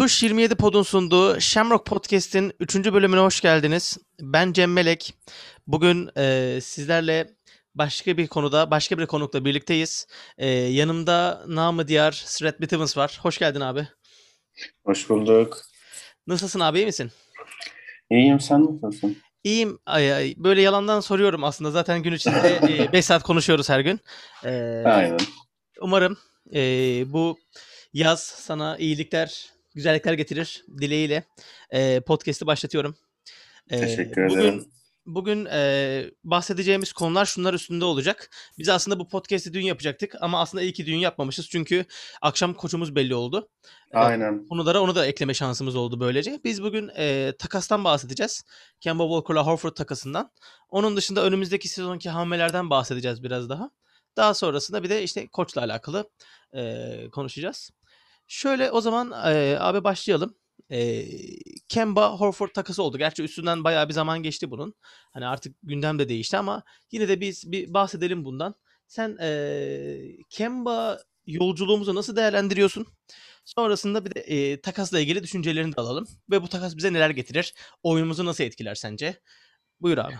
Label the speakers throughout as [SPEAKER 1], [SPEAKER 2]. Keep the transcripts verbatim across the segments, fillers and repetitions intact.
[SPEAKER 1] Tuş yirmi yedi Pod'un sunduğu Shamrock Podcast'in üçüncü bölümüne hoş geldiniz. Ben Cem Melek. Bugün e, sizlerle başka bir konuda, başka bir konukla birlikteyiz. E, yanımda namı diğer Sret Bitivens var. Hoş geldin abi.
[SPEAKER 2] Hoş bulduk.
[SPEAKER 1] Nasılsın abi, iyi misin?
[SPEAKER 2] İyiyim, sen nasılsın?
[SPEAKER 1] İyiyim. Ay, ay, böyle yalandan soruyorum aslında. Zaten gün içinde beş saat konuşuyoruz her gün. E,
[SPEAKER 2] Aynen.
[SPEAKER 1] umarım e, bu yaz sana iyilikler, güzellikler getirir dileğiyle e, podcast'i başlatıyorum. Ee,
[SPEAKER 2] Teşekkür
[SPEAKER 1] bugün
[SPEAKER 2] ederim.
[SPEAKER 1] bugün e, bahsedeceğimiz konular şunlar üstünde olacak. Biz aslında bu podcast'i dün yapacaktık ama aslında iyi ki dün yapmamışız çünkü akşam koçumuz belli oldu. Ee,
[SPEAKER 2] Aynen.
[SPEAKER 1] konulara onu da ekleme şansımız oldu böylece. Biz bugün e, takastan bahsedeceğiz. Kemba Walker'la Horford takasından. Onun dışında önümüzdeki sezonki hamlelerden bahsedeceğiz biraz daha. Daha sonrasında bir de işte koçla alakalı e, konuşacağız. Şöyle o zaman e, abi başlayalım. E, Kemba Horford takası oldu. Gerçi üstünden bayağı bir zaman geçti bunun. Hani artık gündem de değişti ama yine de biz bir bahsedelim bundan. Sen e, Kemba yolculuğumuzu nasıl değerlendiriyorsun? Sonrasında bir de e, takasla ilgili düşüncelerini de alalım. Ve bu takas bize neler getirir? Oyunumuzu nasıl etkiler sence? Buyur abi.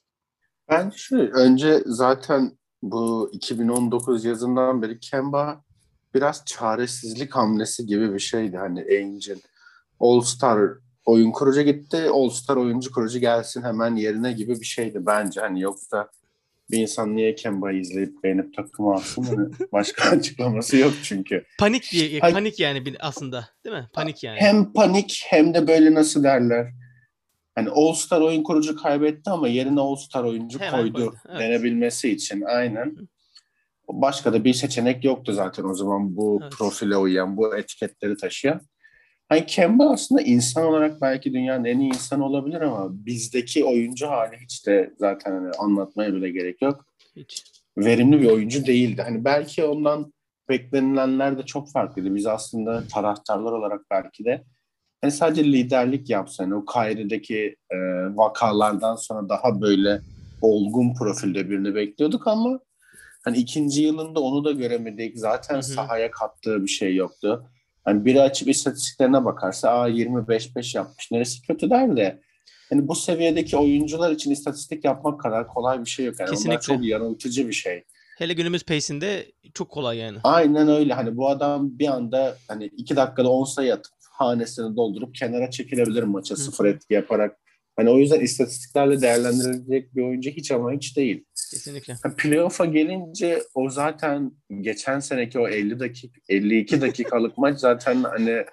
[SPEAKER 2] Ben şu önce zaten bu iki bin on dokuz yazından beri Kemba biraz çaresizlik hamlesi gibi bir şeydi. Hani Ainge'in All-Star oyun kurucu gitti, All-Star oyuncu kurucu gelsin hemen yerine gibi bir şeydi bence. Hani yoksa bir insan niye Kemba'yı izleyip beğenip takım alsın? Hani başka açıklaması yok çünkü.
[SPEAKER 1] Panik diye
[SPEAKER 2] Ha,
[SPEAKER 1] panik yani bir- aslında, değil mi? Panik yani.
[SPEAKER 2] hem panik hem de böyle nasıl derler? Hani All-Star oyun kurucu kaybetti ama yerine All-Star oyuncu
[SPEAKER 1] Hemen koydu.
[SPEAKER 2] koydu
[SPEAKER 1] Evet.
[SPEAKER 2] denebilmesi için aynen. Başka da bir seçenek yoktu zaten o zaman bu
[SPEAKER 1] Evet.
[SPEAKER 2] profile uyan, bu etiketleri taşıyan. Hani Kemba aslında insan olarak belki dünyanın en iyi insanı olabilir ama bizdeki oyuncu hali hiç de zaten hani anlatmaya bile gerek yok.
[SPEAKER 1] Hiç.
[SPEAKER 2] Verimli bir oyuncu değildi. Hani belki ondan beklenilenler de çok farklıydı. Biz aslında taraftarlar olarak belki de hani sadece liderlik yapsa, hani o Kyrie'deki e, vakalardan sonra daha böyle olgun profilde birini bekliyorduk ama hani ikinci yılında onu da göremedik.
[SPEAKER 1] Hı
[SPEAKER 2] Zaten
[SPEAKER 1] hı.
[SPEAKER 2] sahaya kattığı bir şey yoktu. Hani biri açıp istatistiklerine bakarsa aa yirmi beş beş yapmış. Neresi kötü der de hani bu seviyedeki oyuncular için istatistik yapmak kadar kolay bir şey yok. Yani onlar
[SPEAKER 1] Kesinlikle.
[SPEAKER 2] çok yanıltıcı bir şey.
[SPEAKER 1] Hele günümüz pace'inde çok kolay yani.
[SPEAKER 2] Aynen öyle. Hani bu adam bir anda hani iki dakikada on sayı atıp hanesini doldurup kenara çekilebilir maça
[SPEAKER 1] Hı
[SPEAKER 2] sıfır
[SPEAKER 1] hı.
[SPEAKER 2] etki yaparak. Hani o yüzden istatistiklerle değerlendirilecek bir oyuncu hiç ama hiç değil.
[SPEAKER 1] Kesinlikle.
[SPEAKER 2] Ha, playoff'a gelince o zaten geçen seneki o elli dakika elli iki dakikalık maç zaten hani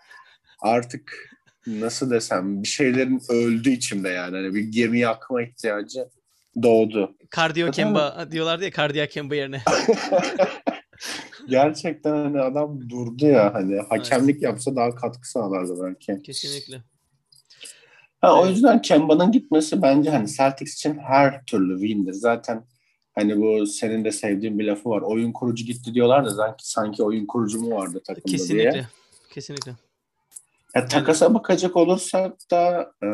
[SPEAKER 2] artık nasıl desem bir şeylerin öldü içimde yani. Hani bir gemi yakma ihtiyacı doğdu.
[SPEAKER 1] Kardiyo
[SPEAKER 2] Zaten hani
[SPEAKER 1] Kemba diyorlardı ya, kardiyak Kemba yerine.
[SPEAKER 2] gerçekten hani adam durdu ya hani
[SPEAKER 1] Evet.
[SPEAKER 2] hakemlik yapsa daha katkı sağlardı belki.
[SPEAKER 1] Kesinlikle.
[SPEAKER 2] Ha, o
[SPEAKER 1] Ee,
[SPEAKER 2] yüzden Kemba'nın gitmesi bence hani Celtics için her türlü win'dir. Zaten hani bu senin de sevdiğin bir lafı var. Oyun kurucu gitti diyorlar da sanki, sanki oyun kurucu mu vardı takımda diye.
[SPEAKER 1] kesinlikle. Kesinlikle.
[SPEAKER 2] Ya,
[SPEAKER 1] Yani
[SPEAKER 2] takasa bakacak olursak da e,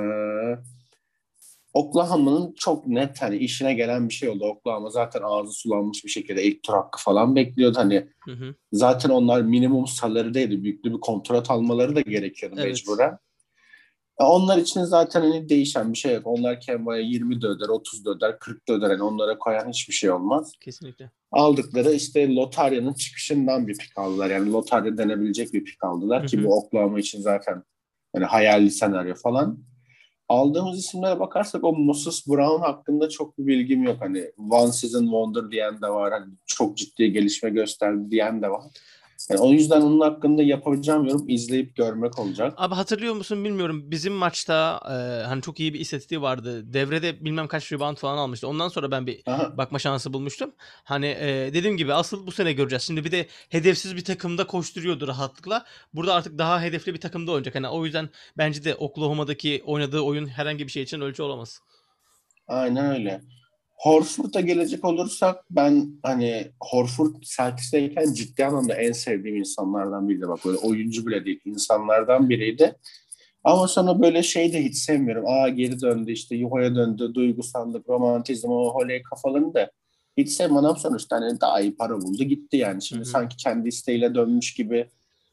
[SPEAKER 2] Oklahoma'nın çok net hani işine gelen bir şey oldu. Oklahoma zaten ağzı sulanmış bir şekilde ilk tur hakkı falan bekliyordu. Hani
[SPEAKER 1] hı hı.
[SPEAKER 2] zaten onlar minimum salary'deydi. Büyüklü bir kontrat almaları da gerekiyordu
[SPEAKER 1] Evet.
[SPEAKER 2] mecburen. Onlar için zaten hani değişen bir şey yok. Onlar Kemba'ya yirmi de öder, otuz da öder, kırk da öder. Yani onlara koyan hiçbir şey olmaz.
[SPEAKER 1] Kesinlikle.
[SPEAKER 2] Aldıkları işte lotaryanın çıkışından bir pik aldılar. Yani lotarya denebilecek bir pik
[SPEAKER 1] Hı
[SPEAKER 2] aldılar ki
[SPEAKER 1] hı.
[SPEAKER 2] bu Oklahoma için zaten yani hayali senaryo falan. Aldığımız isimlere bakarsak o Moses Brown hakkında çok bir bilgim yok. Hani one season wonder diyen de var. Hani çok ciddi gelişme gösterdi diyen de var. Yani o yüzden onun hakkında yapacağım yorum izleyip görmek olacak.
[SPEAKER 1] Abi hatırlıyor musun bilmiyorum. Bizim maçta e, hani çok iyi bir istatistiği vardı. Devrede bilmem kaç rebound falan almıştı. Ondan sonra ben bir
[SPEAKER 2] Aha,
[SPEAKER 1] bakma şansı bulmuştum. Hani e, dediğim gibi asıl bu sene göreceğiz. Şimdi bir de hedefsiz bir takımda koşturuyordu rahatlıkla. Burada artık daha hedefli bir takımda oynayacak. Hani o yüzden bence de Oklahoma'daki oynadığı oyun herhangi bir şey için ölçü olamaz.
[SPEAKER 2] aynen öyle. Horford'a gelecek olursak ben hani Horford Celtics'teyken ciddi anlamda en sevdiğim insanlardan biriydi. Bak böyle oyuncu bile değil insanlardan biriydi. Ama sonra böyle şey de hiç sevmiyorum. Aa geri döndü işte yuvaya döndü, duygusallık, romantizm, o holey kafalarını da hiç sevmem. Sonuçta hani daha iyi para buldu gitti yani.
[SPEAKER 1] Hı
[SPEAKER 2] Şimdi
[SPEAKER 1] hı.
[SPEAKER 2] sanki kendi isteğiyle dönmüş gibi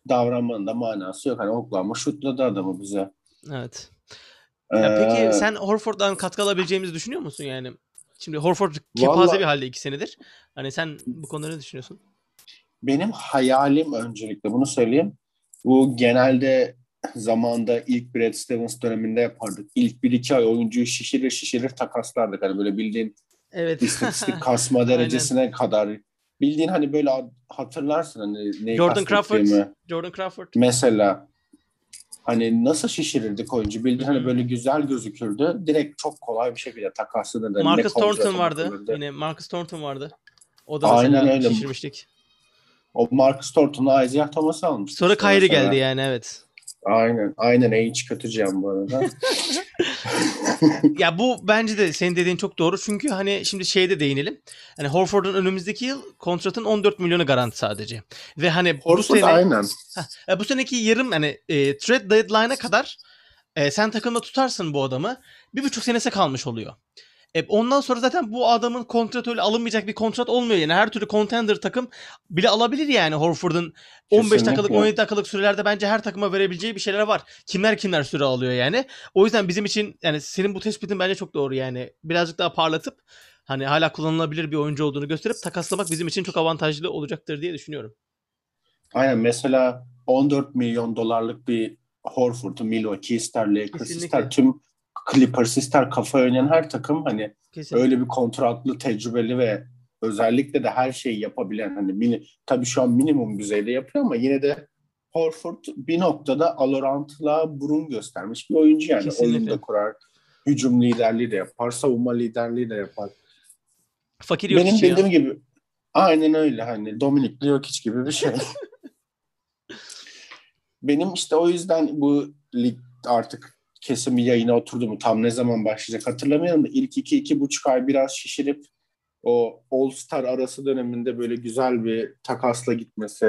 [SPEAKER 2] davranmanın da manası yok. Hani Oklahoma şutladı adamı bize.
[SPEAKER 1] Evet. Ya peki
[SPEAKER 2] Ee,
[SPEAKER 1] sen Horford'dan katkı alabileceğimizi düşünüyor musun yani? Şimdi Horford kepaze bir
[SPEAKER 2] valla
[SPEAKER 1] halde iki senedir. Hani sen bu konuda ne düşünüyorsun?
[SPEAKER 2] benim hayalim öncelikle bunu söyleyeyim. Bu genelde zamanda ilk Brad Stevens döneminde yapardık. İlk bir iki ay oyuncuyu şişirir şişirir takaslardık. Hani böyle bildiğin
[SPEAKER 1] Evet.
[SPEAKER 2] istatistik kasma
[SPEAKER 1] Aynen.
[SPEAKER 2] derecesine kadar. Bildiğin hani böyle ad- hatırlarsın hani neyi
[SPEAKER 1] Jordan Crawford.
[SPEAKER 2] kastettiğimi.
[SPEAKER 1] Jordan Crawford.
[SPEAKER 2] Mesela hani nasıl şişirirdik oyuncu?
[SPEAKER 1] Hı
[SPEAKER 2] Bildiğin hani
[SPEAKER 1] hı.
[SPEAKER 2] böyle güzel gözükürdü. Direkt çok kolay bir şekilde takaslanırdı. Hani ne
[SPEAKER 1] Marcus Thornton
[SPEAKER 2] kontrata
[SPEAKER 1] vardı.
[SPEAKER 2] bakılırdı.
[SPEAKER 1] Yine Marcus Thornton vardı. O da
[SPEAKER 2] Aynen
[SPEAKER 1] mesela
[SPEAKER 2] öyle.
[SPEAKER 1] şişirmiştik.
[SPEAKER 2] O Marcus Thornton'u Isaiah Thomas'ı almıştık
[SPEAKER 1] Sonra
[SPEAKER 2] işte
[SPEAKER 1] Kyrie geldi
[SPEAKER 2] mesela.
[SPEAKER 1] yani, evet.
[SPEAKER 2] Aynen. Aynen en kötücüğüm bu arada.
[SPEAKER 1] Ya bu bence de senin dediğin çok doğru. Çünkü hani şimdi şeyde değinelim. Hani Horford'un önümüzdeki yıl kontratın on dört milyonu garanti sadece. Ve hani bu
[SPEAKER 2] Horford
[SPEAKER 1] sene
[SPEAKER 2] aynen.
[SPEAKER 1] heh, e, bu seneki yarım hani e, trade deadline'a kadar e, sen takımda tutarsın bu adamı. Bir buçuk senesi kalmış oluyor. E, ondan sonra zaten bu adamın kontratı öyle alınmayacak bir kontrat olmuyor yani. Her türlü contender takım bile alabilir yani Horford'un on beş dakikalık on
[SPEAKER 2] Kesinlikle.
[SPEAKER 1] yedi dakikalık sürelerde bence her takıma verebileceği bir şeyler var. Kimler kimler süre alıyor yani. O yüzden bizim için yani senin bu tespitin bence çok doğru yani. Birazcık daha parlatıp hani hala kullanılabilir bir oyuncu olduğunu gösterip takaslamak bizim için çok avantajlı olacaktır diye düşünüyorum.
[SPEAKER 2] Aynen mesela on dört milyon dolarlık bir Horford'u Milwaukee ister, Lakers ister,
[SPEAKER 1] Kesinlikle.
[SPEAKER 2] tüm Clippers ister, kafa oynayan her takım hani öyle
[SPEAKER 1] Kesinlikle.
[SPEAKER 2] bir kontratlı, tecrübeli ve özellikle de her şeyi yapabilen hani mini, tabii şu an minimum düzeyde yapıyor ama yine de Horford bir noktada Alorant'la burun göstermiş bir oyuncu yani. Oyun
[SPEAKER 1] Kesinlikle.
[SPEAKER 2] da kurar, hücum liderliği de yapar, savunma liderliği de yapar.
[SPEAKER 1] Fakir yok
[SPEAKER 2] Benim
[SPEAKER 1] içi ya.
[SPEAKER 2] dediğim gibi aynen öyle hani Dominik Jokic gibi bir şey. Benim işte o yüzden bu lig artık kesin bir yayına oturdu mu tam ne zaman başlayacak hatırlamıyorum da ilk iki, iki buçuk ay biraz şişirip o All Star arası döneminde böyle güzel bir takasla gitmesi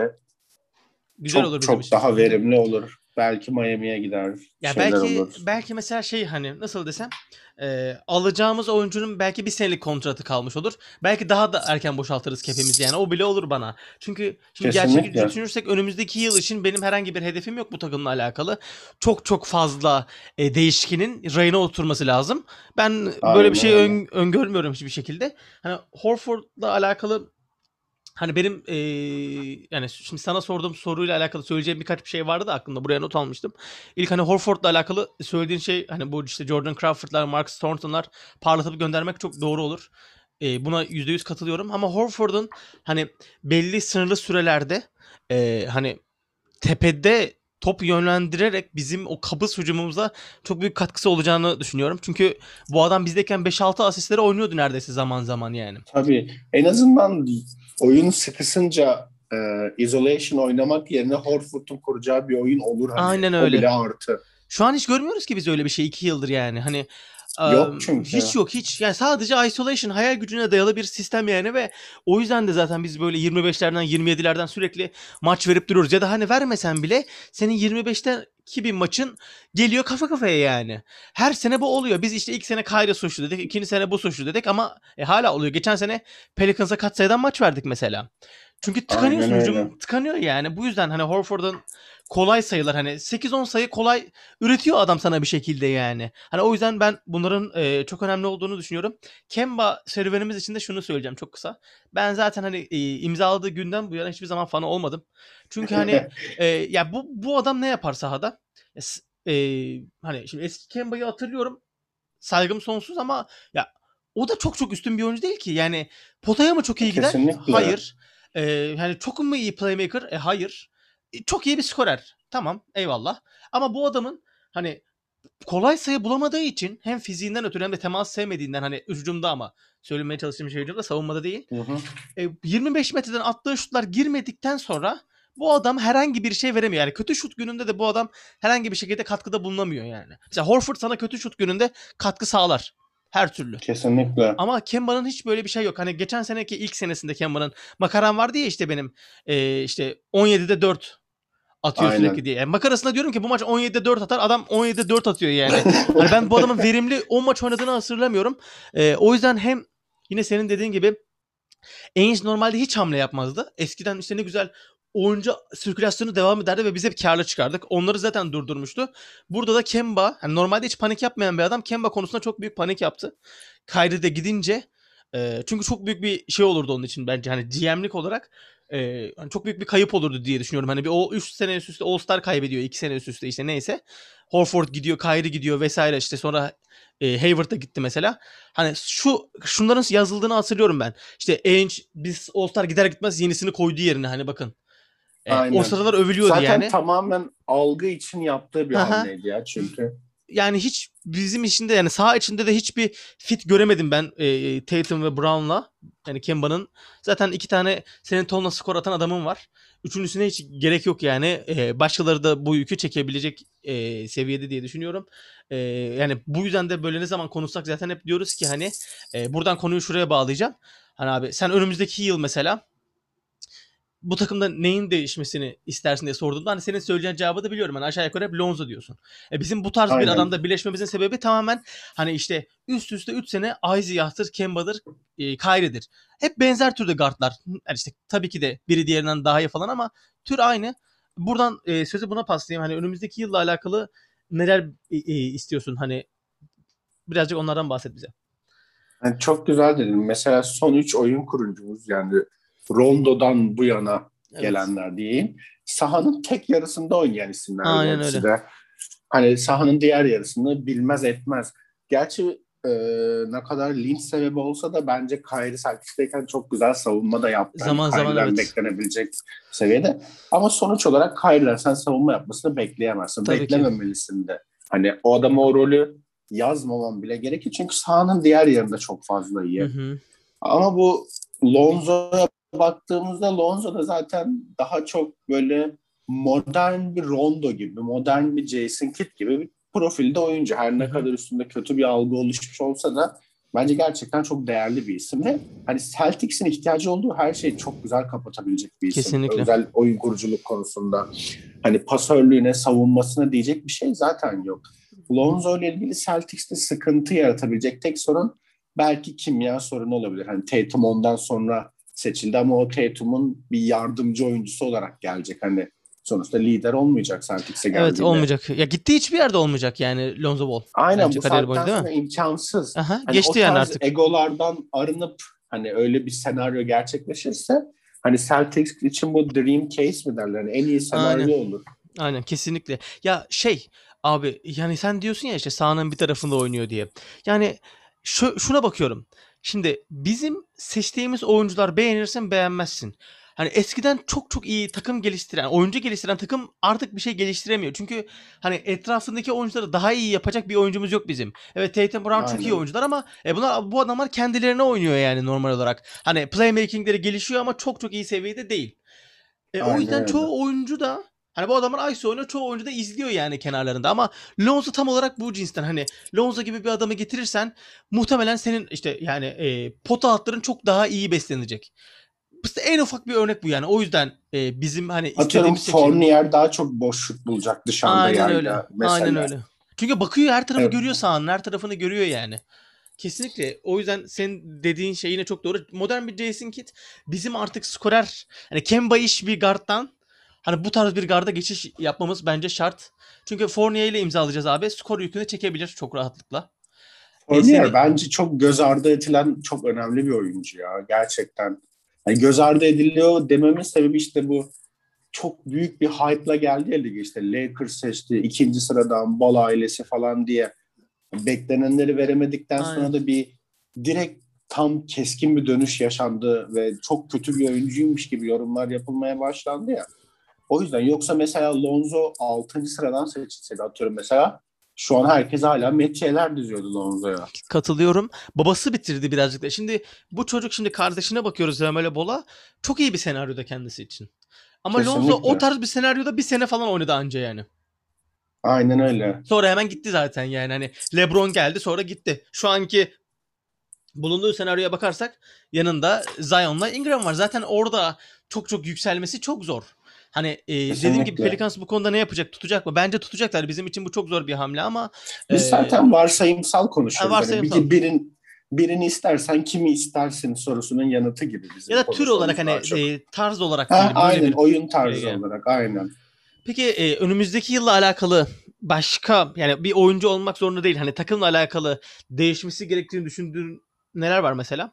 [SPEAKER 1] Güzel
[SPEAKER 2] çok
[SPEAKER 1] olur bizim
[SPEAKER 2] çok
[SPEAKER 1] için.
[SPEAKER 2] daha
[SPEAKER 1] Hı hı.
[SPEAKER 2] verimli olur. Belki Miami'ye gider, bir
[SPEAKER 1] Ya
[SPEAKER 2] şeyler
[SPEAKER 1] belki
[SPEAKER 2] olur.
[SPEAKER 1] belki mesela şey hani nasıl desem e, alacağımız oyuncunun belki bir senelik kontratı kalmış olur. Belki daha da erken boşaltırız kepimizi yani o bile olur bana. Çünkü şimdi gerçekçi
[SPEAKER 2] Kesinlikle.
[SPEAKER 1] düşünürsek önümüzdeki yıl için benim herhangi bir hedefim yok bu takımla alakalı. Çok çok fazla e, değişkenin rayına oturması lazım. Ben böyle bir
[SPEAKER 2] Aynen
[SPEAKER 1] şey
[SPEAKER 2] öyle.
[SPEAKER 1] ön, öngörmüyorum hiçbir şekilde. Hani Horford'la alakalı hani benim eee, yani şimdi sana sorduğum soruyla alakalı söyleyeceğim birkaç bir şey vardı da aklımda. Buraya not almıştım. İlk hani Horford'la alakalı söylediğin şey hani bu işte Jordan Crawford'lar, Marcus Thornton'lar parlatıp göndermek çok doğru olur. Eee, buna yüzde yüz katılıyorum. Ama Horford'un hani belli sınırlı sürelerde eee, hani tepede top yönlendirerek bizim o kabız hücumumuza çok büyük katkısı olacağını düşünüyorum. Çünkü bu adam bizdeyken beş altı asistlere oynuyordu neredeyse zaman zaman yani.
[SPEAKER 2] Tabii en azından oyun sıkısınca e, isolation oynamak yerine Horford'un kuracağı bir oyun olur hani.
[SPEAKER 1] Aynen
[SPEAKER 2] O
[SPEAKER 1] öyle.
[SPEAKER 2] bile artı.
[SPEAKER 1] Şu an hiç görmüyoruz ki biz öyle bir şey iki yıldır yani. Hani
[SPEAKER 2] Yok
[SPEAKER 1] em, hiç
[SPEAKER 2] çünkü.
[SPEAKER 1] yok hiç. Yani sadece isolation, hayal gücüne dayalı bir sistem yani ve o yüzden de zaten biz böyle yirmi beşlerden yirmi yedilerden sürekli maç verip duruyoruz. Ya da hani vermesen bile senin yirmi beşteki bir maçın geliyor kafa kafaya yani. Her sene bu oluyor. Biz işte ilk sene Kyrie suçlu dedik, ikinci sene bu suçlu dedik ama e, hala oluyor. Geçen sene Pelicans'a katsayıdan maç verdik mesela. Çünkü
[SPEAKER 2] Aynen
[SPEAKER 1] tıkanıyorsun,
[SPEAKER 2] öyle.
[SPEAKER 1] hücum tıkanıyor yani. Bu yüzden hani Horford'un kolay sayılar hani sekiz on sayı kolay üretiyor adam sana bir şekilde yani. Hani o yüzden ben bunların e, çok önemli olduğunu düşünüyorum. Kemba serüvenimiz için de şunu söyleyeceğim çok kısa. Ben zaten hani e, imzaladığı günden bu yana hiçbir zaman fanı olmadım. Çünkü hani e, ya bu bu adam ne yapar sahada? E, s- e, hani şimdi eski Kemba'yı hatırlıyorum. Saygım sonsuz ama ya o da çok çok üstün bir oyuncu değil ki. Yani potaya mı çok iyi gider?
[SPEAKER 2] Kesinlikle.
[SPEAKER 1] Hayır. E, yani çok mu iyi playmaker? E, hayır. E, çok iyi bir skorer. Tamam, eyvallah. Ama bu adamın hani kolay sayı bulamadığı için hem fiziğinden ötürü hem de temas sevmediğinden hani hücumda ama söylemeye çalıştığım şey hücumda savunmada değil.
[SPEAKER 2] Hı hı.
[SPEAKER 1] E, yirmi beş metreden attığı şutlar girmedikten sonra bu adam herhangi bir şey veremiyor. Yani kötü şut gününde de bu adam herhangi bir şekilde katkıda bulunamıyor yani. Mesela Horford sana kötü şut gününde katkı sağlar. Her türlü.
[SPEAKER 2] Kesinlikle.
[SPEAKER 1] Ama Kemba'nın hiç böyle bir şey yok. Hani geçen seneki ilk senesinde Kemba'nın makaram vardı ya işte benim e, işte on yedide dört atıyor sürekli
[SPEAKER 2] Aynen.
[SPEAKER 1] diye. Yani makarasına diyorum ki bu maç on yedide dört atar. Adam on yedide dört atıyor yani. Hani ben bu adamın verimli on maç oynadığını hatırlamıyorum. Ee, o yüzden hem yine senin dediğin gibi Ainge normalde hiç hamle yapmazdı. Eskiden işte ne güzel oyuncu sirkülasyonu devam ederdi ve biz hep kârlı çıkardık. Onları zaten durdurmuştu. Burada da Kemba, hani normalde hiç panik yapmayan bir adam Kemba konusunda çok büyük panik yaptı. Kyrie de gidince e, çünkü çok büyük bir şey olurdu onun için bence, hani G M'lik olarak e, hani çok büyük bir kayıp olurdu diye düşünüyorum. Hani bir o üç sene üst üste All-Star kaybediyor, iki sene üst üste işte neyse. Horford gidiyor, Kyrie gidiyor vesaire, işte sonra e, Hayward da gitti mesela. Hani şu şunların yazıldığını hatırlıyorum ben. İşte Ainge biz All-Star gider gitmez yenisini koydu yerine, hani bakın. E, o
[SPEAKER 2] Aynen.
[SPEAKER 1] sıralar övülüyordu
[SPEAKER 2] Zaten
[SPEAKER 1] yani.
[SPEAKER 2] tamamen algı için yaptığı bir
[SPEAKER 1] Haha.
[SPEAKER 2] hamleydi ya çünkü.
[SPEAKER 1] Yani hiç bizim içinde, yani saha içinde de hiçbir fit göremedim ben e, Tatum ve Brown'la. Yani Kemba'nın zaten iki tane senin tonla skor atan adamın var. Üçüncüsüne hiç gerek yok yani. E, başkaları da bu yükü çekebilecek e, seviyede diye düşünüyorum. E, yani bu yüzden de böyle ne zaman konuşsak zaten hep diyoruz ki hani e, buradan konuyu şuraya bağlayacağım. Hani abi sen önümüzdeki yıl mesela bu takımda neyin değişmesini istersin diye sorduğumda hani senin söyleyeceğin cevabı da biliyorum. Hani aşağı yukarı hep Lonzo diyorsun. E bizim bu tarz bir
[SPEAKER 2] Aynen.
[SPEAKER 1] adamda birleşmemizin sebebi tamamen hani işte üst üste üç sene Isaiah'tır, Kemba'dır, e, Kyrie'dir. Hep benzer türde guardlar. Yani işte tabii ki de biri diğerinden daha iyi falan ama tür aynı. Buradan e, sözü buna paslayayım. Hani önümüzdeki yılla alakalı neler e, e, istiyorsun? Hani birazcık onlardan bahset bize.
[SPEAKER 2] Yani çok güzel dedin. Mesela son üç oyun kurucumuz yani Rondo'dan bu yana
[SPEAKER 1] Evet.
[SPEAKER 2] gelenler diyeyim. Sahanın tek yarısında oynayan isimlerdi
[SPEAKER 1] Aynen
[SPEAKER 2] hepsi
[SPEAKER 1] öyle.
[SPEAKER 2] de. Hani sahanın diğer yarısını bilmez etmez. Gerçi e, ne kadar linç sebebi olsa da bence Kyrie Celtics'teyken çok güzel savunma da yaptı. Hani
[SPEAKER 1] Zaman zaman
[SPEAKER 2] Kyrie'den
[SPEAKER 1] evet.
[SPEAKER 2] beklenebilecek seviyede. Ama sonuç olarak Kyrie'den sen savunma yapmasını bekleyemezsin.
[SPEAKER 1] Tabii ki.
[SPEAKER 2] Beklememelisin de. Hani o adama o rolü yazmaman bile gerekir. Çünkü sahanın diğer yarında çok fazla
[SPEAKER 1] Hı
[SPEAKER 2] iyi.
[SPEAKER 1] hı.
[SPEAKER 2] Ama bu Lonzo'ya baktığımızda Lonzo da zaten daha çok böyle modern bir Rondo gibi, modern bir Jason Kidd gibi bir profilde oyuncu. Her
[SPEAKER 1] Hı
[SPEAKER 2] ne
[SPEAKER 1] hı.
[SPEAKER 2] kadar üstünde kötü bir algı oluşmuş olsa da bence gerçekten çok değerli bir isim ve hani Celtics'in ihtiyacı olduğu her şeyi çok güzel kapatabilecek bir isim.
[SPEAKER 1] Kesinlikle.
[SPEAKER 2] Özel oyun kuruculuk konusunda hani pasörlüğüne, savunmasına diyecek bir şey zaten yok. Lonzo ile ilgili Celtics'te sıkıntı yaratabilecek tek sorun belki kimya sorunu olabilir. Hani Tatum ondan sonra seçildi ama o Tatum'un bir yardımcı oyuncusu olarak gelecek. Hani sonuçta lider olmayacak Celtics'e
[SPEAKER 1] Evet,
[SPEAKER 2] geldiğinde.
[SPEAKER 1] olmayacak. Ya gittiği hiçbir yerde olmayacak yani Lonzo Ball.
[SPEAKER 2] Aynen
[SPEAKER 1] Bence
[SPEAKER 2] bu
[SPEAKER 1] kariyeri boyunca
[SPEAKER 2] saatten
[SPEAKER 1] değil mi?
[SPEAKER 2] sonra imkansız.
[SPEAKER 1] Aha,
[SPEAKER 2] Hani
[SPEAKER 1] geçti
[SPEAKER 2] o
[SPEAKER 1] yani
[SPEAKER 2] tarz
[SPEAKER 1] artık.
[SPEAKER 2] egolardan arınıp hani öyle bir senaryo gerçekleşirse hani Celtics için bu dream case mi derler? Hani en iyi
[SPEAKER 1] Aynen.
[SPEAKER 2] senaryo olur.
[SPEAKER 1] Aynen kesinlikle. Ya şey abi, yani sen diyorsun ya işte sahanın bir tarafında oynuyor diye. Yani şu, şuna bakıyorum. Şimdi bizim seçtiğimiz oyuncular, beğenirsin beğenmezsin. Hani eskiden çok çok iyi takım geliştiren, oyuncu geliştiren takım artık bir şey geliştiremiyor. Çünkü hani etrafındaki oyuncuları daha iyi yapacak bir oyuncumuz yok bizim. Evet, Tatum Brown çok iyi
[SPEAKER 2] Aynen.
[SPEAKER 1] oyuncular ama e bunlar, bu adamlar kendilerine oynuyor yani normal olarak. Hani playmakingleri gelişiyor ama çok çok iyi seviyede değil. E, o
[SPEAKER 2] Aynen
[SPEAKER 1] yüzden
[SPEAKER 2] öyle.
[SPEAKER 1] çoğu oyuncu da hani bu adamlar Ice oynuyor, çoğu oyuncu da izliyor yani kenarlarında ama Lonzo tam olarak bu cinsten. Hani Lonzo gibi bir adamı getirirsen muhtemelen senin işte yani e, pota altların çok daha iyi beslenecek. İşte en ufak bir örnek bu yani. O yüzden e, bizim hani
[SPEAKER 2] Atıyorum
[SPEAKER 1] istediğimiz seçim.
[SPEAKER 2] Fournier daha çok boşluk bulacak dışarıda
[SPEAKER 1] Aynen öyle.
[SPEAKER 2] yayda
[SPEAKER 1] Aynen
[SPEAKER 2] mesela.
[SPEAKER 1] öyle. Çünkü bakıyor, her tarafı
[SPEAKER 2] Evet.
[SPEAKER 1] görüyor sahanın, her tarafını görüyor yani. Kesinlikle. O yüzden senin dediğin şey yine çok doğru. Modern bir Jason Kidd bizim artık skorer, hani Kemba iş bir guard'dan hani bu tarz bir garda geçiş yapmamız bence şart. Çünkü Fournier ile imzalayacağız abi. Skor yükünü çekebilir çok rahatlıkla. E,
[SPEAKER 2] Fournier
[SPEAKER 1] seni
[SPEAKER 2] bence çok göz ardı edilen çok önemli bir oyuncu ya gerçekten. Yani göz ardı ediliyor dememin sebebi işte bu çok büyük bir hype'la geldi ya lige işte Lakers seçti ikinci sıradan Ball ailesi falan diye beklenenleri veremedikten
[SPEAKER 1] aynen.
[SPEAKER 2] sonra da bir direkt tam keskin bir dönüş yaşandı ve çok kötü bir oyuncuymuş gibi yorumlar yapılmaya başlandı ya. O yüzden yoksa mesela Lonzo altıncı sıradan seçilseydi atıyorum mesela şu an herkes hala metiyeler diziyordu Lonzo'ya.
[SPEAKER 1] Katılıyorum. Babası bitirdi birazcık da. Şimdi bu çocuk, şimdi kardeşine bakıyoruz Lamelo Ball'a. Çok iyi bir senaryoda kendisi için. Ama Lonzo o
[SPEAKER 2] Kesinlikle.
[SPEAKER 1] tarz bir senaryoda bir sene falan oynadı anca yani.
[SPEAKER 2] Aynen öyle.
[SPEAKER 1] Sonra hemen gitti zaten yani. Hani LeBron geldi sonra gitti. Şu anki bulunduğu senaryoya bakarsak yanında Zion'la Ingram var. Zaten orada çok çok yükselmesi çok zor. Hani e, dediğim gibi
[SPEAKER 2] Kesinlikle.
[SPEAKER 1] Pelicans bu konuda ne yapacak? Tutacak mı? Bence tutacaklar. Bizim için bu çok zor bir hamle ama
[SPEAKER 2] Biz
[SPEAKER 1] e,
[SPEAKER 2] zaten varsayımsal konuşuyoruz. Hani
[SPEAKER 1] varsayımsal.
[SPEAKER 2] bir, birin, birini istersen kimi istersin sorusunun yanıtı gibi bizim
[SPEAKER 1] Ya da tür olarak
[SPEAKER 2] konuşmamız
[SPEAKER 1] hani
[SPEAKER 2] daha çok.
[SPEAKER 1] e, tarz olarak
[SPEAKER 2] Ha,
[SPEAKER 1] diyelim. Böyle
[SPEAKER 2] aynen
[SPEAKER 1] bir
[SPEAKER 2] oyun
[SPEAKER 1] şeye
[SPEAKER 2] tarzı
[SPEAKER 1] gel.
[SPEAKER 2] olarak aynen.
[SPEAKER 1] Peki e, önümüzdeki yılla alakalı başka yani bir oyuncu olmak zorunda değil. Hani takımla alakalı değişmesi gerektiğini düşündüğün neler var mesela?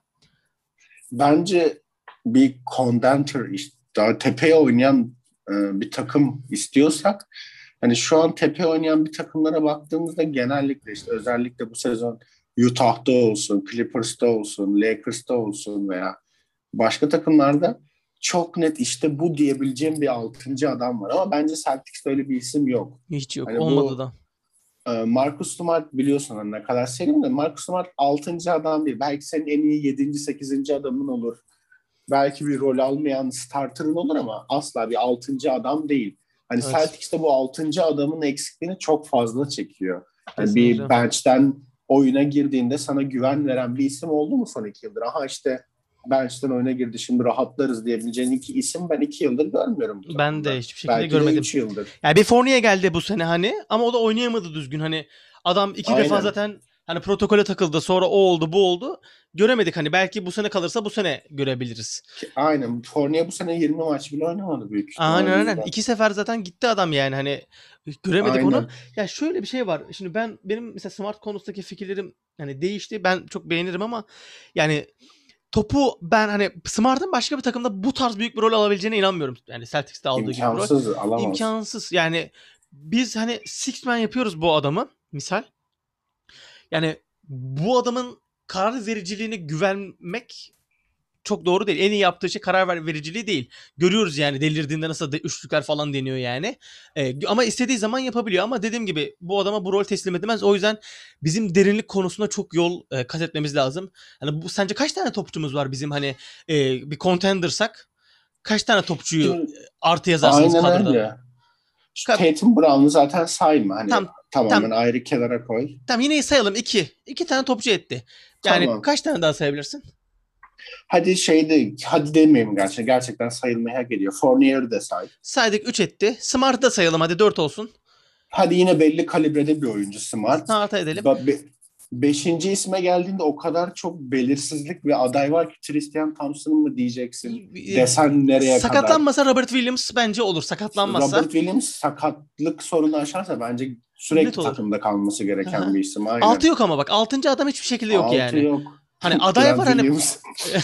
[SPEAKER 2] Bence bir contender işte daha tepeye oynayan e, bir takım istiyorsak hani şu an tepeye oynayan bir takımlara baktığımızda genellikle işte özellikle bu sezon Utah'da olsun, Clippers'ta olsun, Lakers'ta olsun veya başka takımlarda çok net işte bu diyebileceğim bir altıncı adam var ama bence Celtics'te öyle bir isim yok.
[SPEAKER 1] Hiç yok.
[SPEAKER 2] Hani
[SPEAKER 1] Olmadı
[SPEAKER 2] bu
[SPEAKER 1] da.
[SPEAKER 2] e, Marcus Smart biliyorsun hani ne kadar seveyim de Marcus Smart altıncı adam değil. Belki senin en iyi yedinci sekizinci adamın olur. Belki bir rol almayan starterın olur ama asla bir altıncı adam değil. Hani
[SPEAKER 1] Evet.
[SPEAKER 2] Celtics de bu altıncı adamın eksikliğini çok fazla çekiyor. Hani bir
[SPEAKER 1] Kesinlikle.
[SPEAKER 2] bench'ten oyuna girdiğinde sana güven veren bir isim oldu mu son iki yıldır? Aha işte bench'ten oyuna girdi şimdi rahatlarız diyebileceğin iki isim ben iki yıldır görmüyorum bu
[SPEAKER 1] Ben de
[SPEAKER 2] takımda.
[SPEAKER 1] hiçbir şekilde
[SPEAKER 2] Belki de
[SPEAKER 1] görmedim.
[SPEAKER 2] üç yıldır.
[SPEAKER 1] Yani bir Fournier geldi bu sene hani ama o da oynayamadı düzgün. Hani adam iki defa
[SPEAKER 2] Aynen.
[SPEAKER 1] zaten hani protokole takıldı. Sonra o oldu, bu oldu. Göremedik hani belki bu sene kalırsa bu sene görebiliriz.
[SPEAKER 2] Aynen. Fournier bu sene yirmi maç bile oynamadı büyük ihtimal
[SPEAKER 1] Aynen aynen.
[SPEAKER 2] bizden.
[SPEAKER 1] İki sefer zaten gitti adam yani hani göremedik onu.
[SPEAKER 2] Aynen.
[SPEAKER 1] Ya şöyle bir şey var. Şimdi ben benim mesela smart konusundaki fikirlerim hani değişti. Ben çok beğenirim ama yani topu ben hani Smart'ın başka bir takımda bu tarz büyük bir rol alabileceğine inanmıyorum. Yani Celtics'te aldığı gibi bir rol.
[SPEAKER 2] İmkansız alamaz.
[SPEAKER 1] İmkansız. Yani biz hani six man yapıyoruz bu adamı misal. Yani bu adamın karar vericiliğine güvenmek çok doğru değil. En iyi yaptığı şey karar ver- vericiliği değil. Görüyoruz yani delirdiğinde nasıl de üçlükler falan deniyor yani. Ee, ama istediği zaman yapabiliyor. Ama dediğim gibi bu adama bu rol teslim edemez. O yüzden bizim derinlik konusunda çok yol e, kat etmemiz lazım. Hani bu sence kaç tane topçumuz var bizim hani e, bir contender'sak? Kaç tane topçuyu
[SPEAKER 2] Şimdi,
[SPEAKER 1] artı yazarsınız
[SPEAKER 2] aynen
[SPEAKER 1] kadroda?
[SPEAKER 2] öyle. Şu
[SPEAKER 1] Ka-
[SPEAKER 2] Tatum Brown'u zaten sayma. Hani
[SPEAKER 1] tam
[SPEAKER 2] tamamen
[SPEAKER 1] tam
[SPEAKER 2] ayrı kenara koy.
[SPEAKER 1] tam yine sayalım iki. İki tane topçu etti. Yani
[SPEAKER 2] Tamam.
[SPEAKER 1] kaç tane daha sayabilirsin?
[SPEAKER 2] Hadi şeyde hadi demeyeyim gerçekten. Gerçekten sayılmaya hak ediyor. Fournier'i de say.
[SPEAKER 1] Saydık üç etti. Smart'ı da sayalım hadi dört olsun.
[SPEAKER 2] Hadi yine belli kalibrede bir oyuncu Smart.
[SPEAKER 1] Smart'ı edelim.
[SPEAKER 2] Ba- be- beşinci isme geldiğinde o kadar çok belirsizlik bir aday var ki Tristan Thompson mı diyeceksin? Desen nereye kadar?
[SPEAKER 1] Sakatlanmasa Robert Williams bence olur. Sakatlanmazsa
[SPEAKER 2] Robert Williams sakatlık sorunu aşarsa bence
[SPEAKER 1] net
[SPEAKER 2] sürekli
[SPEAKER 1] olur.
[SPEAKER 2] takımda kalması gereken bir isim. Aynen.
[SPEAKER 1] Altı yok ama bak. Altıncı adam hiçbir şekilde yok
[SPEAKER 2] Altı
[SPEAKER 1] yani.
[SPEAKER 2] yok.
[SPEAKER 1] Hani aday
[SPEAKER 2] Grant
[SPEAKER 1] var hani
[SPEAKER 2] Williams.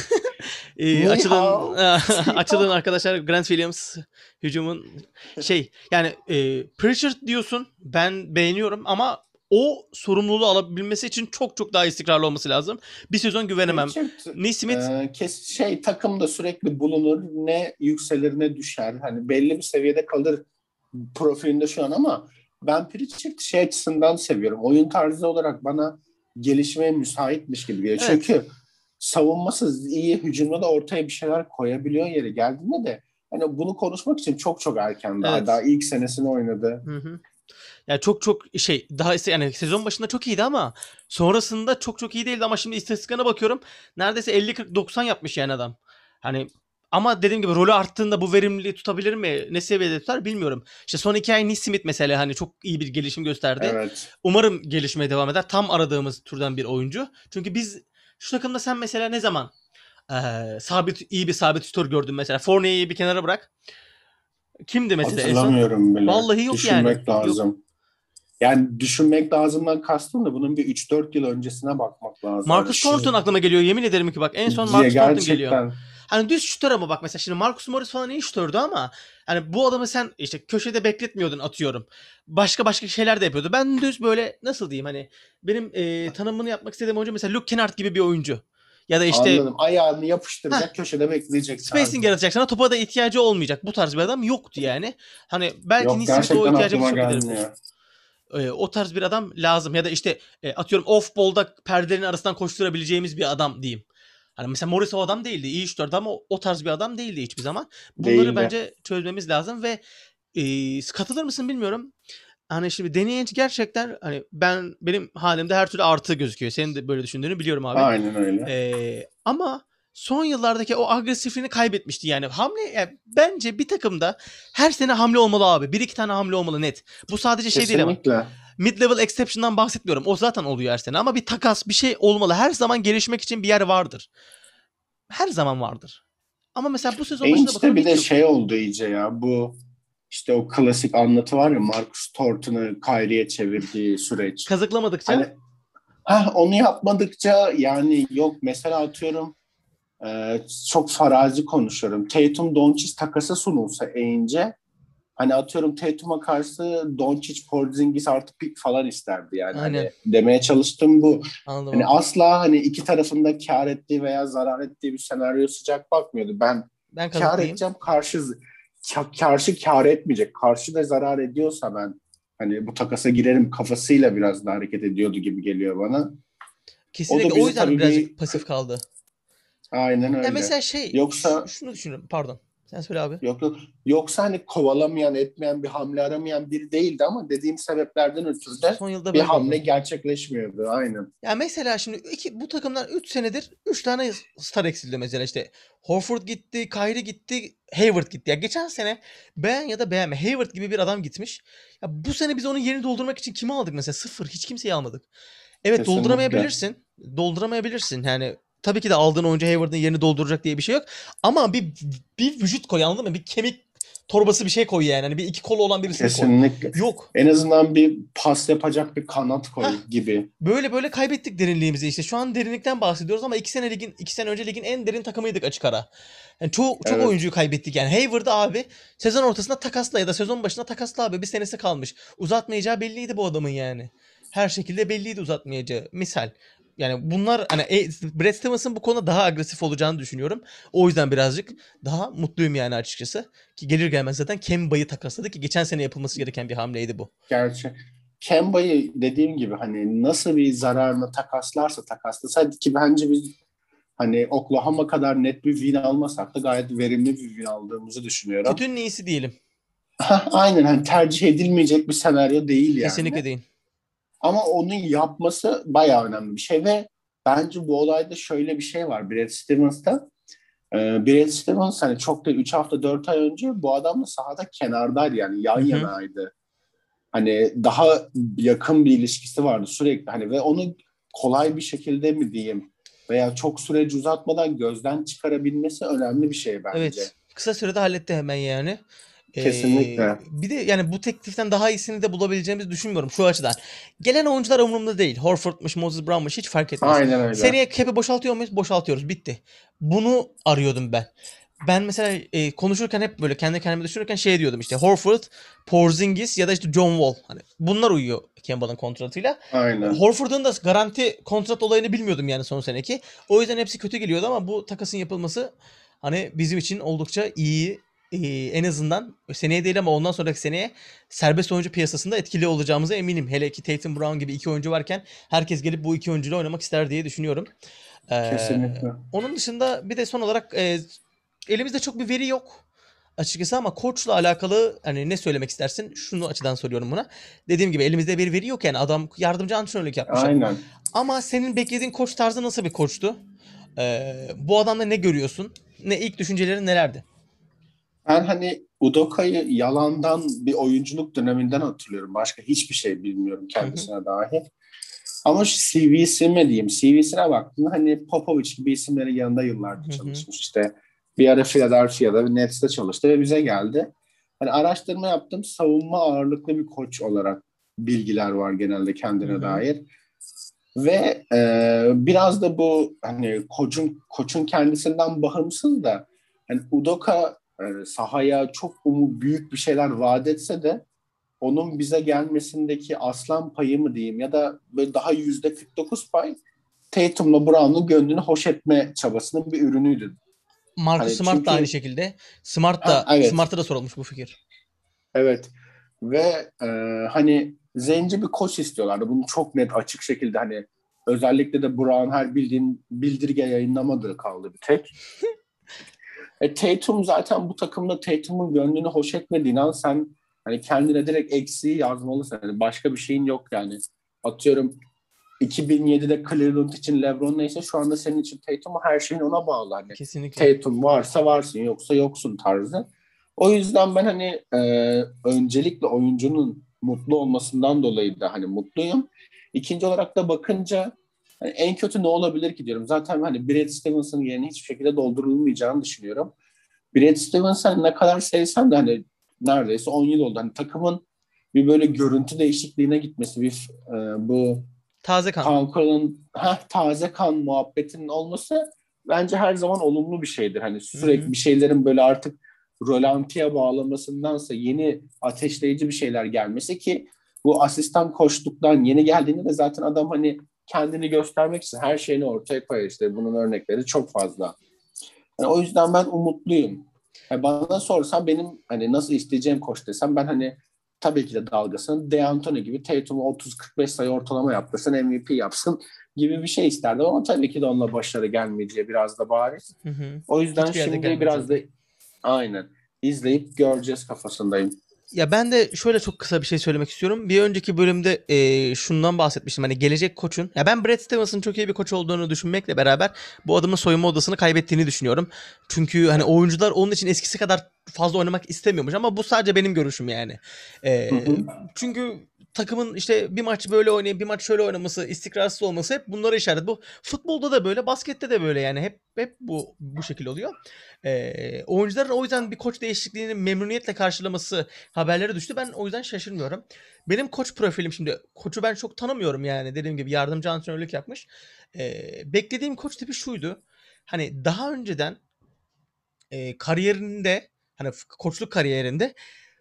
[SPEAKER 1] e,
[SPEAKER 2] Ni
[SPEAKER 1] açılın
[SPEAKER 2] hao. Ni
[SPEAKER 1] açılın
[SPEAKER 2] hao.
[SPEAKER 1] arkadaşlar Grant Williams hücumun şey yani e, Pritchard diyorsun ben beğeniyorum ama o sorumluluğu alabilmesi için çok çok daha istikrarlı olması lazım. Bir sezon güvenemem.
[SPEAKER 2] Pritchard
[SPEAKER 1] Neesmith
[SPEAKER 2] e, kes, şey takımda sürekli bulunur. Ne yükselir ne düşer. Hani belli bir seviyede kalır profilinde şu an ama ben Pritchard şey açısından seviyorum. Oyun tarzı olarak bana gelişmeye müsaitmiş gibi geliyor.
[SPEAKER 1] evet.
[SPEAKER 2] Çünkü savunması iyi, hücumda da ortaya bir şeyler koyabiliyor yeri geldiğinde de hani bunu konuşmak için çok çok erken daha. Daha
[SPEAKER 1] Evet.
[SPEAKER 2] ilk senesini oynadı.
[SPEAKER 1] Hı hı. Yani çok çok şey daha ise yani sezon başında çok iyiydi ama sonrasında çok çok iyi değildi ama şimdi istatistiklerine bakıyorum. Neredeyse elli kırk doksan yapmış yani adam. Hani ama dediğim gibi rolü arttığında bu verimliliği tutabilir mi? Ne seviyede tutar bilmiyorum. İşte son iki ay Nesmith mesela hani çok iyi bir gelişim gösterdi.
[SPEAKER 2] Evet.
[SPEAKER 1] Umarım gelişmeye devam eder. Tam aradığımız türden bir oyuncu. Çünkü biz şu takımda sen mesela ne zaman eee, sabit iyi bir sabit şutör gördün mesela. Fournier'i bir kenara bırak. Kimdi mesela en son?
[SPEAKER 2] Hatırlamıyorum bile.
[SPEAKER 1] Vallahi yok yani.
[SPEAKER 2] Düşünmek
[SPEAKER 1] Yok.
[SPEAKER 2] lazım. Yani düşünmek lazımdan kastım da bunun bir üç dört yıl öncesine bakmak lazım. Hani
[SPEAKER 1] Marcus
[SPEAKER 2] şimdi
[SPEAKER 1] Thornton aklıma geliyor. Yemin ederim ki bak en son
[SPEAKER 2] diye
[SPEAKER 1] Marcus Thornton geliyor.
[SPEAKER 2] gerçekten
[SPEAKER 1] Hani düz şutör ama bak mesela şimdi Marcus Morris falan iyi şutördü ama hani bu adamı sen işte köşede bekletmiyordun atıyorum. Başka başka şeyler de yapıyordu. Ben düz böyle nasıl diyeyim hani benim e, tanımını yapmak istediğim oyuncu mesela Luke Kennard gibi bir oyuncu. Ya da işte
[SPEAKER 2] anladım. Ayağını
[SPEAKER 1] heh,
[SPEAKER 2] yapıştıracak köşede bekleyecek
[SPEAKER 1] spacing
[SPEAKER 2] tarzı.
[SPEAKER 1] yaratacak sana topa da ihtiyacı olmayacak. Bu tarz bir adam yoktu yani. Hani belki
[SPEAKER 2] Yok
[SPEAKER 1] Nismith o
[SPEAKER 2] gerçekten
[SPEAKER 1] ihtiyacımızı
[SPEAKER 2] aklıma
[SPEAKER 1] çok giderebilir.
[SPEAKER 2] gelmiyor.
[SPEAKER 1] E, o tarz bir adam lazım. Ya da işte e, atıyorum off ball'da perdelerin arasından koşturabileceğimiz bir adam diyeyim. Hani mesela Morris o adam değildi. İyi şutördi ama o, o tarz bir adam değildi hiçbir zaman. Bunları
[SPEAKER 2] Değildi.
[SPEAKER 1] bence çözmemiz lazım ve e, katılır mısın bilmiyorum. Hani şimdi deneyici gerçekten hani ben benim halimde her türlü artı gözüküyor. Senin de böyle düşündüğünü biliyorum abi.
[SPEAKER 2] Aynen öyle.
[SPEAKER 1] E, ama son yıllardaki o agresifliğini kaybetmişti yani. Hamle yani bence bir takımda her sene hamle olmalı abi. Bir iki tane hamle olmalı net. Bu sadece şey değil ama.
[SPEAKER 2] Kesinlikle.
[SPEAKER 1] mid-level exception'dan bahsetmiyorum. O zaten oluyor her sene ama bir takas, bir şey olmalı. Her zaman gelişmek için bir yer vardır. Her zaman vardır. Ama mesela bu sezon başına
[SPEAKER 2] Ainge'de
[SPEAKER 1] bakıyorum
[SPEAKER 2] bir
[SPEAKER 1] hiç
[SPEAKER 2] de
[SPEAKER 1] yok.
[SPEAKER 2] şey oldu iyice ya. Bu işte o klasik anlatı var ya, Marcus Thornton'ı Kyrie'ye çevirdiği süreç. Hani
[SPEAKER 1] Kazıklamadıkça
[SPEAKER 2] ha onu yapmadıkça yani yok, mesela atıyorum e, çok farazi konuşuyorum. Tatum Doncic takası sunulsa Ainge'e, hani atıyorum Tatum'a karşı Doncic, Porzingis artı pick falan isterdi yani.
[SPEAKER 1] aynen
[SPEAKER 2] Hani demeye çalıştım bu.
[SPEAKER 1] anladım
[SPEAKER 2] Hani
[SPEAKER 1] anladım.
[SPEAKER 2] asla hani iki tarafında kar ettiği veya zarar ettiği bir senaryo sıcak bakmıyordu. Ben
[SPEAKER 1] Ben
[SPEAKER 2] kar
[SPEAKER 1] kazıklayayım.
[SPEAKER 2] edeceğim, karşı ka- karşı kar etmeyecek. Karşı da zarar ediyorsa ben hani bu takasa girerim kafasıyla biraz da hareket ediyordu gibi geliyor bana. O
[SPEAKER 1] Kesinlikle
[SPEAKER 2] da
[SPEAKER 1] o
[SPEAKER 2] bizi
[SPEAKER 1] yüzden
[SPEAKER 2] tabii bir
[SPEAKER 1] birazcık pasif kaldı.
[SPEAKER 2] aynen
[SPEAKER 1] Ya
[SPEAKER 2] öyle.
[SPEAKER 1] mesela şey ş-
[SPEAKER 2] Yoksa
[SPEAKER 1] şunu düşünüyorum. Pardon. Sen söyle abi.
[SPEAKER 2] yok yok. Yoksa hani kovalamayan, etmeyen, bir hamle aramayan biri değildi ama dediğim sebeplerden ötürü de
[SPEAKER 1] Son yılda
[SPEAKER 2] bir
[SPEAKER 1] böyle
[SPEAKER 2] hamle
[SPEAKER 1] oldu.
[SPEAKER 2] gerçekleşmiyordu. Aynen.
[SPEAKER 1] Ya mesela şimdi iki, bu takımdan üç senedir üç tane star eksildi mesela işte. Horford gitti, Kyrie gitti, Hayward gitti. Ya geçen sene beğen ya da beğenme Hayward gibi bir adam gitmiş. Ya bu sene biz onun yerini doldurmak için kimi aldık mesela? Sıfır. Hiç kimseyi almadık. Evet
[SPEAKER 2] Kesinlikle.
[SPEAKER 1] dolduramayabilirsin. Dolduramayabilirsin. Yani tabii ki de aldığın oyuncu Hayward'ın yerini dolduracak diye bir şey yok. Ama bir bir vücut koy anladın mı? Bir kemik torbası bir şey koy yani. Hani bir iki kolu olan birisini koy.
[SPEAKER 2] Kesinlikle.
[SPEAKER 1] Yok.
[SPEAKER 2] En azından bir pas yapacak bir kanat
[SPEAKER 1] Hah.
[SPEAKER 2] koy gibi.
[SPEAKER 1] Böyle böyle kaybettik derinliğimizi işte. Şu an derinlikten bahsediyoruz ama iki sene ligin iki sene önce ligin en derin takımıydık açık ara. Yani çok çok
[SPEAKER 2] Evet.
[SPEAKER 1] oyuncuyu kaybettik yani. Hayward'ı abi sezon ortasında takasla ya da sezon başında takasla abi bir senesi kalmış. Uzatmayacağı belliydi bu adamın yani. Her şekilde belliydi uzatmayacağı. Misal. Yani bunlar hani e, Brad Stevens'ın bu konuda daha agresif olacağını düşünüyorum. O yüzden birazcık daha mutluyum yani açıkçası. Ki gelir gelmez zaten Kemba'yı takasladı ki geçen sene yapılması gereken bir hamleydi bu.
[SPEAKER 2] Gerçi Kemba'yı dediğim gibi hani nasıl bir zararına takaslarsa takaslasaydı, ki bence biz hani Oklahoma kadar net bir win almasak da gayet verimli bir win aldığımızı düşünüyorum.
[SPEAKER 1] Kötünün iyisi diyelim.
[SPEAKER 2] Aynen, hani tercih edilmeyecek bir senaryo değil yani.
[SPEAKER 1] Kesinlikle değil.
[SPEAKER 2] Ama onun yapması bayağı önemli bir şey ve bence bu olayda şöyle bir şey var Brad Stevens'ta. Ee, Brad Stevens hani çok da üç hafta dört ay önce bu adamla sahada kenardaydı, yani yan
[SPEAKER 1] Hı hı.
[SPEAKER 2] yanaydı. Hani daha yakın bir ilişkisi vardı sürekli hani, ve onu kolay bir şekilde mi diyeyim veya çok süreci uzatmadan gözden çıkarabilmesi önemli bir şey bence.
[SPEAKER 1] Evet. Kısa sürede halletti hemen yani. Ee,
[SPEAKER 2] Kesinlikle.
[SPEAKER 1] bir de yani bu tekliften daha iyisini de bulabileceğimizi düşünmüyorum şu açıdan. Gelen oyuncular umurumda değil. Horford'muş, Moses Brown'muş hiç fark etmez.
[SPEAKER 2] Aynen öyle.
[SPEAKER 1] Seneye cap'i boşaltıyor muyuz? Boşaltıyoruz. Bitti. Bunu arıyordum ben. Ben mesela e, konuşurken hep böyle kendi kendime düşünürken şey diyordum işte Horford, Porzingis ya da işte John Wall. Hani bunlar uyuyor Kemba'nın kontratıyla.
[SPEAKER 2] Aynen.
[SPEAKER 1] Horford'un da garanti kontrat olayını bilmiyordum yani son seneki. O yüzden hepsi kötü geliyordu ama bu takasın yapılması hani bizim için oldukça iyi. Ee, en azından seneye değil ama ondan sonraki seneye serbest oyuncu piyasasında etkili olacağımıza eminim. Hele ki Tatum Brown gibi iki oyuncu varken herkes gelip bu iki oyuncuyla oynamak ister diye düşünüyorum. Ee,
[SPEAKER 2] Kesinlikle.
[SPEAKER 1] onun dışında bir de son olarak e, elimizde çok bir veri yok açıkçası ama koçla alakalı hani ne söylemek istersin? Şunu açıdan soruyorum buna. Dediğim gibi elimizde bir veri yok yani adam yardımcı antrenörlük yapmış.
[SPEAKER 2] Aynen.
[SPEAKER 1] Ama senin beklediğin koç tarzı nasıl bir koçtu? Ee, bu adamda ne görüyorsun? Ne ilk düşüncelerin nelerdi?
[SPEAKER 2] Ben hani Udoka'yı yalandan bir oyunculuk döneminden hatırlıyorum. Başka hiçbir şey bilmiyorum
[SPEAKER 1] Hı hı.
[SPEAKER 2] kendisine dair. Ama şu C V'si mi diyeyim, C V'sine baktığında hani Popovich gibi isimlerin yanında yıllardır
[SPEAKER 1] Hı hı.
[SPEAKER 2] çalışmış. İşte bir ara Philadelphia'da ve Nets'te çalıştı ve bize geldi. Hani araştırma yaptım, savunma ağırlıklı bir koç olarak bilgiler var genelde
[SPEAKER 1] Hı
[SPEAKER 2] kendine
[SPEAKER 1] hı.
[SPEAKER 2] dair. Ve e, biraz da bu hani koçun koçun kendisinden bağımsız da hani Udoka e, sahaya çok umu, büyük bir şeyler vaat etse de onun bize gelmesindeki aslan payı mı diyeyim ya da böyle daha yüzde kırk dokuz pay Tatum'la Brown'un gönlünü hoş etme çabasının bir ürünüydü.
[SPEAKER 1] Marcus
[SPEAKER 2] Hani
[SPEAKER 1] Smart da aynı
[SPEAKER 2] çünkü
[SPEAKER 1] şekilde. Smart
[SPEAKER 2] ha
[SPEAKER 1] da
[SPEAKER 2] evet,
[SPEAKER 1] Smart'a da sorulmuş bu fikir.
[SPEAKER 2] evet, ve e, hani zenci bir koç istiyorlardı. Bunu çok net açık şekilde hani özellikle de Brown her bildiğin bildirge yayınlamadığı kaldı bir tek. E, Tatum zaten bu takımda Tatum'un gönlünü hoş etmediğin an sen hani kendine direkt eksiği yazmalısın. Yani başka bir şeyin yok yani. Atıyorum iki bin yedide Cleveland için LeBron neyse şu anda senin için Tatum, her şeyin ona bağlı. Hani
[SPEAKER 1] Kesinlikle.
[SPEAKER 2] Tatum varsa varsın yoksa yoksun tarzı. O yüzden ben hani e, öncelikle oyuncunun mutlu olmasından dolayı da hani mutluyum. İkinci olarak da bakınca hani en kötü ne olabilir ki diyorum. Zaten hani Brad Stevens'ın yerine hiçbir şekilde doldurulmayacağını düşünüyorum. Brad Stevens'ı hani ne kadar sevsem de hani neredeyse on yıl oldu. Hani takımın bir böyle görüntü değişikliğine gitmesi, bir e, bu
[SPEAKER 1] Taze kan.
[SPEAKER 2] Kaan Kural'ın heh, taze kan muhabbetinin olması bence her zaman olumlu bir şeydir. Hani
[SPEAKER 1] Hı
[SPEAKER 2] sürekli
[SPEAKER 1] hı.
[SPEAKER 2] bir şeylerin böyle artık rolantiye bağlamasındansa yeni ateşleyici bir şeyler gelmesi, ki bu asistan koçluktan yeni geldiğinde de zaten adam hani kendini göstermek için her şeyini ortaya koyar, işte bunun örnekleri çok fazla. Yani o yüzden ben umutluyum. Yani bana sorsan benim hani nasıl isteyeceğim koç desem, ben hani tabii ki de dalgasını DeAntoni gibi Tatum'u otuz kırk beş sayı ortalama yaptırsın, M V P yapsın gibi bir şey isterdim, ama tabii ki de onunla başarı gelmeyeceği biraz da bariz.
[SPEAKER 1] Hı hı.
[SPEAKER 2] O yüzden
[SPEAKER 1] Hiçbir yerde
[SPEAKER 2] şimdi
[SPEAKER 1] gelmedi
[SPEAKER 2] biraz da
[SPEAKER 1] zaten.
[SPEAKER 2] aynen izleyip göreceğiz kafasındayım.
[SPEAKER 1] Ya ben de şöyle çok kısa bir şey söylemek istiyorum. Bir önceki bölümde eee, şundan bahsetmiştim. Hani gelecek koçun. Ya ben Brad Stevens'ın çok iyi bir koç olduğunu düşünmekle beraber bu adamın soyunma odasını kaybettiğini düşünüyorum. Çünkü hani oyuncular onun için eskisi kadar fazla oynamak istemiyormuş ama bu sadece benim görüşüm yani.
[SPEAKER 2] Hı
[SPEAKER 1] Eee,
[SPEAKER 2] hı.
[SPEAKER 1] çünkü takımın işte bir maç böyle oynayıp bir maç şöyle oynaması, istikrarsız olması hep bunlara işaret. Bu futbolda da böyle, baskette de böyle yani hep hep bu bu şekilde oluyor. Eee oyuncuların o yüzden bir koç değişikliğini memnuniyetle karşılaması haberlere düştü. Ben o yüzden şaşırmıyorum. Benim koç profilim, şimdi koçu ben çok tanımıyorum yani, dediğim gibi yardımcı antrenörlük yapmış. Ee, beklediğim koç tipi şuydu. Hani daha önceden e, kariyerinde, hani koçluk kariyerinde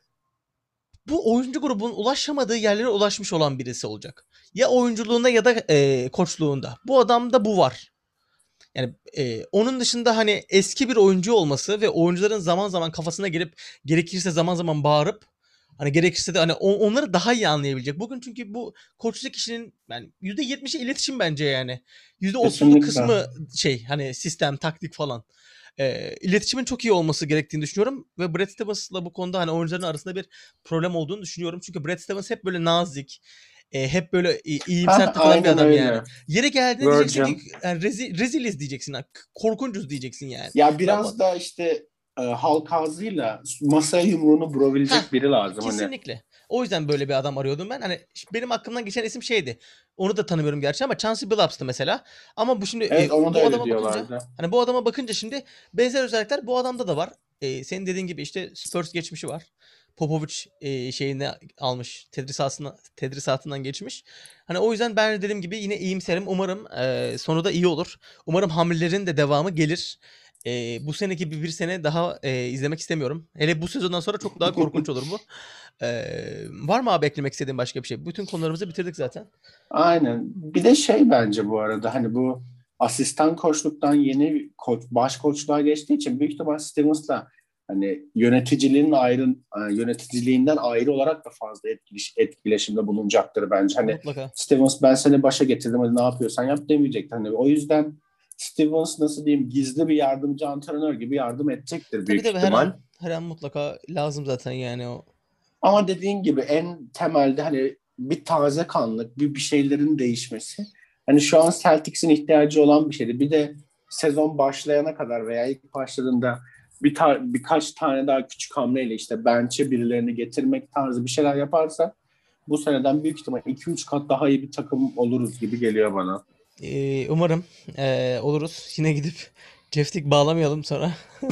[SPEAKER 1] bu oyuncu grubunun ulaşamadığı yerlere ulaşmış olan birisi olacak. Ya oyunculuğunda ya da e, koçluğunda. Bu adamda bu var. Yani e, onun dışında hani eski bir oyuncu olması ve oyuncuların zaman zaman kafasına girip gerekirse zaman zaman bağırıp hani gerekirse de hani o- onları daha iyi anlayabilecek. Bugün çünkü bu koçluk kişinin yani yüzde yetmişi iletişim bence yani. yüzde otuzluk
[SPEAKER 2] Kesinlikle.
[SPEAKER 1] kısmı şey, hani sistem, taktik falan. E, iletişimin çok iyi olması gerektiğini düşünüyorum ve Brad Stevens'la bu konuda hani oyuncuların arasında bir problem olduğunu düşünüyorum. Çünkü Brad Stevens hep böyle nazik, e, hep böyle i- iyimser
[SPEAKER 2] Ha,
[SPEAKER 1] takılan bir
[SPEAKER 2] aynen
[SPEAKER 1] adam yani.
[SPEAKER 2] öyle.
[SPEAKER 1] Yeri geldiğinde diyeceksin ki
[SPEAKER 2] Virgin.
[SPEAKER 1] yani rezi, reziliz diyeceksin. Yani korkuncuz diyeceksin yani.
[SPEAKER 2] Ya
[SPEAKER 1] Ama
[SPEAKER 2] biraz da işte e, halk ağzıyla masaya yumruğunu
[SPEAKER 1] ha,
[SPEAKER 2] vurabilecek biri lazım hani.
[SPEAKER 1] kesinlikle. O yüzden böyle bir adam arıyordum ben. Hani benim aklımdan geçen isim şeydi. Onu da tanımıyorum gerçi ama Chauncey Billups'tı mesela. Ama bu şimdi e,
[SPEAKER 2] Evet, ona da
[SPEAKER 1] bu
[SPEAKER 2] öyle
[SPEAKER 1] adama bakınca,
[SPEAKER 2] diyorlardı.
[SPEAKER 1] hani bu adama bakınca şimdi benzer özellikler bu adamda da var. E, senin dediğin gibi işte Spurs geçmişi var. Popovic e, şeyini almış. Tedrisatından, tedrisatından geçmiş. Hani o yüzden ben de dediğim gibi yine iyimserim. Umarım e, sonu da iyi olur. Umarım hamlelerin de devamı gelir. E, bu seneki bir, bir sene daha e, izlemek istemiyorum. Hele bu sezondan sonra çok daha korkunç olur bu. E, var mı abi eklemek istediğin başka bir şey? Bütün konularımızı bitirdik zaten.
[SPEAKER 2] Aynen. Bir de şey, bence bu arada hani bu asistan koçluktan yeni koç, baş koçluğa geçtiği için büyük ihtimal Stevens'la hani yöneticiliğin ayrı, e, yöneticiliğinden ayrı olarak da fazla etkileş, etkileşimde bulunacaktır bence. Hani
[SPEAKER 1] Mutlaka.
[SPEAKER 2] Stevens ben seni başa getirdim, hadi ne yapıyorsan yap demeyecektir. Hani o yüzden Stevens nasıl diyeyim, gizli bir yardımcı antrenör gibi yardım edecektir
[SPEAKER 1] Tabii
[SPEAKER 2] büyük
[SPEAKER 1] tabii, her an
[SPEAKER 2] ihtimal.
[SPEAKER 1] her an mutlaka lazım zaten yani o.
[SPEAKER 2] Ama dediğin gibi en temelde hani bir taze kanlık, bir bir şeylerin değişmesi. Hani şu an Celtics'in ihtiyacı olan bir şeydi. Bir de sezon başlayana kadar veya ilk başladığında bir ta- birkaç tane daha küçük hamleyle işte bench'e birilerini getirmek tarzı bir şeyler yaparsa bu seneden büyük ihtimal iki üç kat daha iyi bir takım oluruz gibi geliyor bana.
[SPEAKER 1] Ee, umarım ee, oluruz. Yine gidip Ceftik bağlamayalım sonra.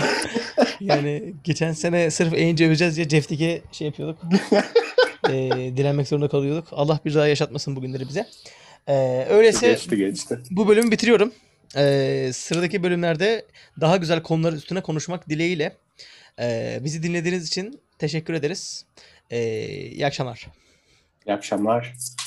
[SPEAKER 1] Yani geçen sene sırf Ainge öveceğiz diye Ceftik'e şey yapıyorduk. Ee, direnmek zorunda kalıyorduk. Allah bir daha yaşatmasın bugünleri bize. Ee, öyleyse
[SPEAKER 2] Geçti geçti.
[SPEAKER 1] bu bölümü bitiriyorum. Ee, sıradaki bölümlerde daha güzel konular üstüne konuşmak dileğiyle. Ee, bizi dinlediğiniz için teşekkür ederiz. Ee, iyi akşamlar.
[SPEAKER 2] İyi akşamlar.